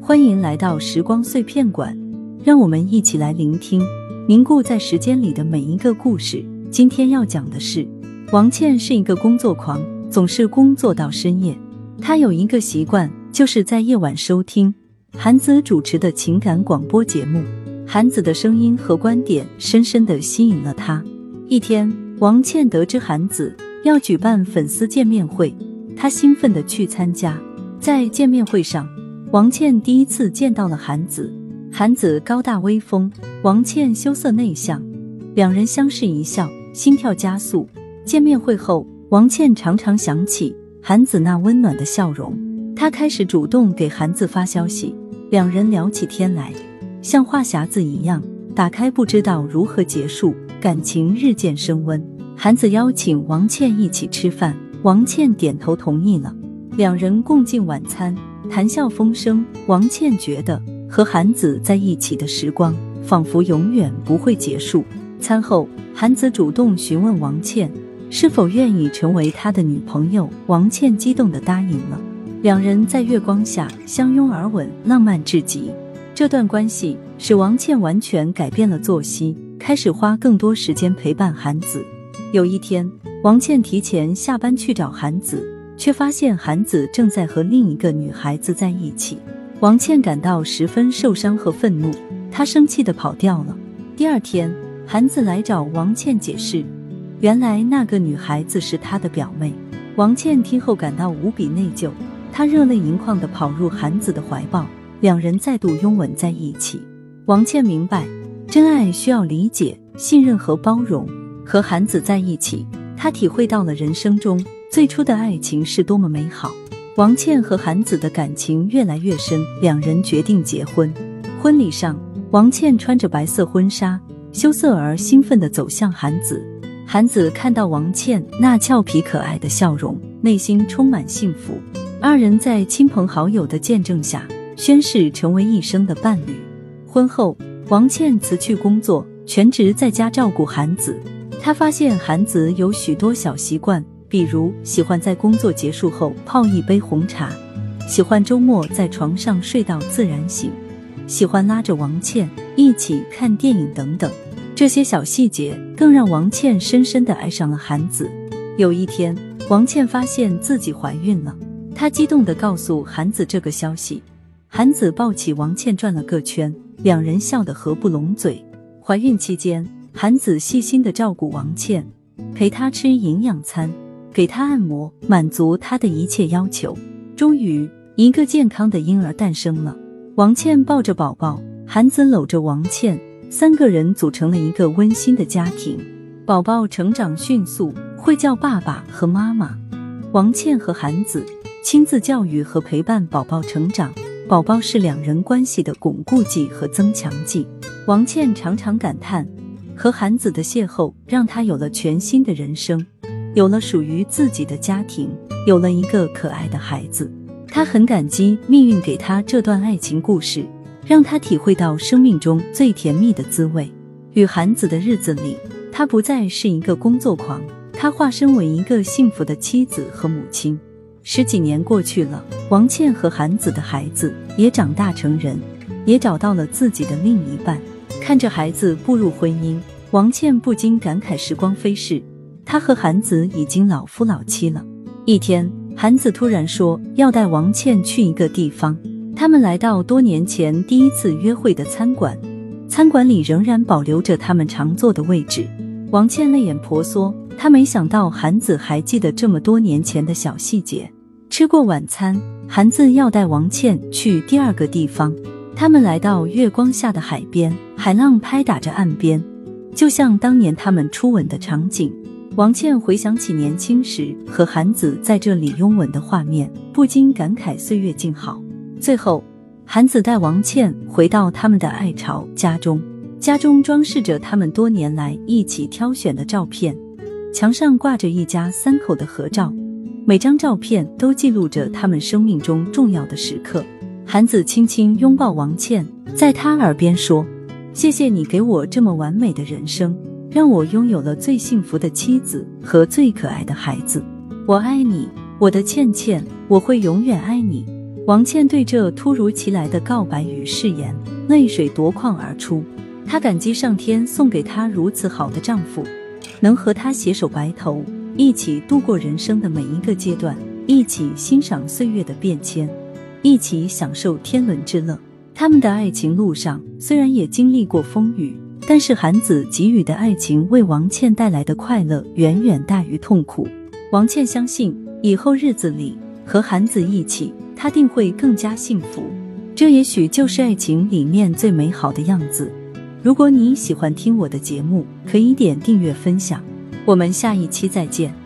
欢迎来到时光碎片馆，让我们一起来聆听凝固在时间里的每一个故事。今天要讲的是，王倩是一个工作狂，总是工作到深夜。她有一个习惯，就是在夜晚收听韩子主持的情感广播节目。韩子的声音和观点深深地吸引了她。一天，王倩得知韩子要举办粉丝见面会，她兴奋地去参加。在见面会上，王倩第一次见到了韩子。韩子高大威风，王倩羞涩内向，两人相视一笑，心跳加速。见面会后，王倩常常想起韩子那温暖的笑容，她开始主动给韩子发消息，两人聊起天来，像话匣子一样打开，不知道如何结束，感情日渐升温。韩子邀请王倩一起吃饭，王倩点头同意了。两人共进晚餐，谈笑风生。王倩觉得和韩子在一起的时光仿佛永远不会结束。餐后，韩子主动询问王倩是否愿意成为他的女朋友，王倩激动地答应了。两人在月光下相拥而吻，浪漫至极。这段关系使王倩完全改变了作息，开始花更多时间陪伴韩子。有一天，王倩提前下班去找韩子，却发现韩子正在和另一个女孩子在一起。王倩感到十分受伤和愤怒，她生气地跑掉了。第二天，韩子来找王倩解释，原来那个女孩子是她的表妹。王倩听后感到无比内疚，她热泪盈眶地跑入韩子的怀抱，两人再度拥吻在一起。王倩明白，真爱需要理解、信任和包容。和韩子在一起，她体会到了人生中最初的爱情是多么美好。王倩和韩子的感情越来越深，两人决定结婚。婚礼上，王倩穿着白色婚纱，羞涩而兴奋地走向韩子。韩子看到王倩那俏皮可爱的笑容，内心充满幸福。二人在亲朋好友的见证下，宣誓成为一生的伴侣。婚后，王倩辞去工作，全职在家照顾韩子。她发现韩子有许多小习惯，比如喜欢在工作结束后泡一杯红茶，喜欢周末在床上睡到自然醒，喜欢拉着王倩一起看电影等等。这些小细节更让王倩深深地爱上了韩子。有一天，王倩发现自己怀孕了，她激动地告诉韩子这个消息。韩子抱起王倩转了个圈，两人笑得合不拢嘴。怀孕期间，韩子细心地照顾王倩，陪她吃营养餐，给她按摩，满足她的一切要求。终于，一个健康的婴儿诞生了。王倩抱着宝宝，韩子搂着王倩，三个人组成了一个温馨的家庭。宝宝成长迅速，会叫爸爸和妈妈。王倩和韩子亲自教育和陪伴宝宝成长，宝宝是两人关系的巩固剂和增强剂。王倩常常感叹，和韩子的邂逅让她有了全新的人生，有了属于自己的家庭，有了一个可爱的孩子。她很感激命运给她这段爱情故事，让她体会到生命中最甜蜜的滋味。与韩子的日子里，她不再是一个工作狂，她化身为一个幸福的妻子和母亲。10几年过去了，王倩和韩子的孩子也长大成人，也找到了自己的另一半。看着孩子步入婚姻，王倩不禁感慨时光飞逝，她和韩子已经老夫老妻了。一天，韩子突然说要带王倩去一个地方。他们来到多年前第一次约会的餐馆，餐馆里仍然保留着他们常坐的位置。王倩泪眼婆娑，她没想到韩子还记得这么多年前的小细节。吃过晚餐，韩子要带王倩去第二个地方。他们来到月光下的海边，海浪拍打着岸边，就像当年他们初吻的场景。王倩回想起年轻时和韩子在这里拥吻的画面，不禁感慨岁月静好。最后，韩子带王倩回到他们的爱巢家中，家中装饰着他们多年来一起挑选的照片，墙上挂着一家3口的合照，每张照片都记录着他们生命中重要的时刻。韩子轻轻拥抱王倩，在她耳边说，谢谢你给我这么完美的人生，让我拥有了最幸福的妻子和最可爱的孩子。我爱你，我的倩倩，我会永远爱你。 王倩对这突如其来的告白与誓言，泪水夺眶而出。她感激上天送给她如此好的丈夫，能和她携手白头，一起度过人生的每一个阶段，一起欣赏岁月的变迁，一起享受天伦之乐。他们的爱情路上虽然也经历过风雨，但是韩子给予的爱情为王倩带来的快乐远远大于痛苦。王倩相信以后日子里和韩子一起，她定会更加幸福。这也许就是爱情里面最美好的样子。如果你喜欢听我的节目，可以点订阅分享。我们下一期再见。